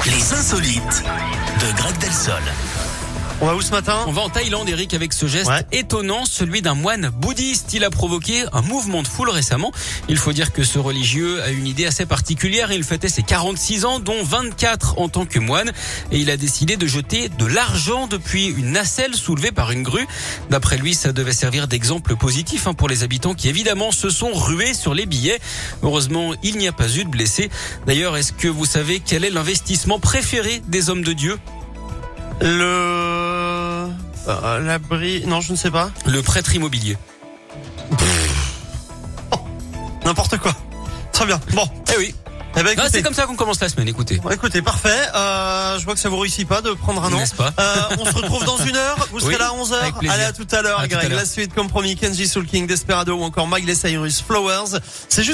Les insolites de Greg Delsol. On va où ce matin? On va en Thaïlande, Eric, avec ce geste étonnant, celui d'un moine bouddhiste. Il a provoqué un mouvement de foule récemment. Il faut dire que ce religieux a une idée assez particulière. Il fêtait ses 46 ans, dont 24 en tant que moine. Et il a décidé de jeter de l'argent depuis une nacelle soulevée par une grue. D'après lui, ça devait servir d'exemple positif pour les habitants qui, évidemment, se sont rués sur les billets. Heureusement, il n'y a pas eu de blessés. D'ailleurs, est-ce que vous savez quel est l'investissement préféré des hommes de Dieu? L'abri... Non, je ne sais pas. Le prêtre immobilier. N'importe quoi. Très bien. Bon. Eh oui. Eh ben, écoutez. C'est comme ça qu'on commence la semaine, écoutez. Écoutez, parfait. Je vois que ça vous réussit pas de prendre un an. N'est-ce pas? On se retrouve dans une heure. Vous serez là à 11h. Allez, à tout à l'heure, Greg. La suite, comme promis, Kenji Soul King, Desperado ou encore Miley Cyrus, Flowers. C'est juste